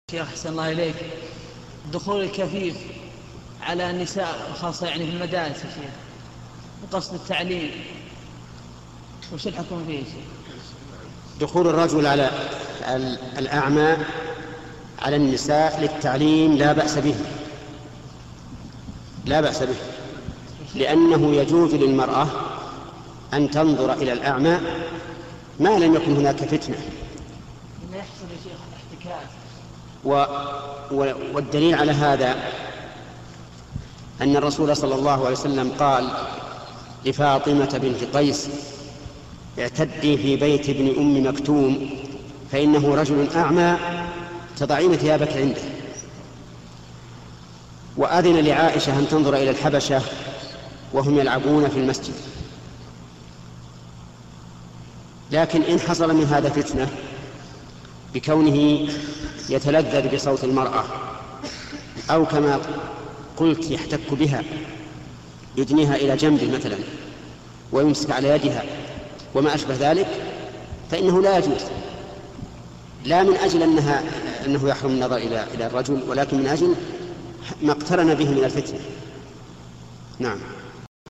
شيخ أحسن الله إليك، دخول الكفيف على النساء خاصة يعني في المدارس يا شيخ بقصد التعليم، وش الحكم فيه يا شيخ؟ دخول الرجل على الأعمى على النساء للتعليم لا بأس به، لا بأس به، لأنه يجوز للمرأة أن تنظر إلى الأعمى ما لم يكن هناك فتنة. لا يحصل يا شيخ احتكاك. والدليل على هذا أن الرسول صلى الله عليه وسلم قال لفاطمة بنت قيس: اعتدي في بيت ابن أم مكتوم فإنه رجل أعمى تضعين ثيابك عنده. وأذن لعائشة أن تنظر إلى الحبشة وهم يلعبون في المسجد. لكن إن حصل من هذا فتنة بكونه يتلذذ بصوت المرأة، أو كما قلت يحتك بها، يدنيها إلى جنبه مثلا ويمسك على يدها وما أشبه ذلك، فإنه لا يجوز، لا من أجل أنه يحرم النظر إلى الرجل، ولكن من أجل ما اقترن به من الفتنة. نعم.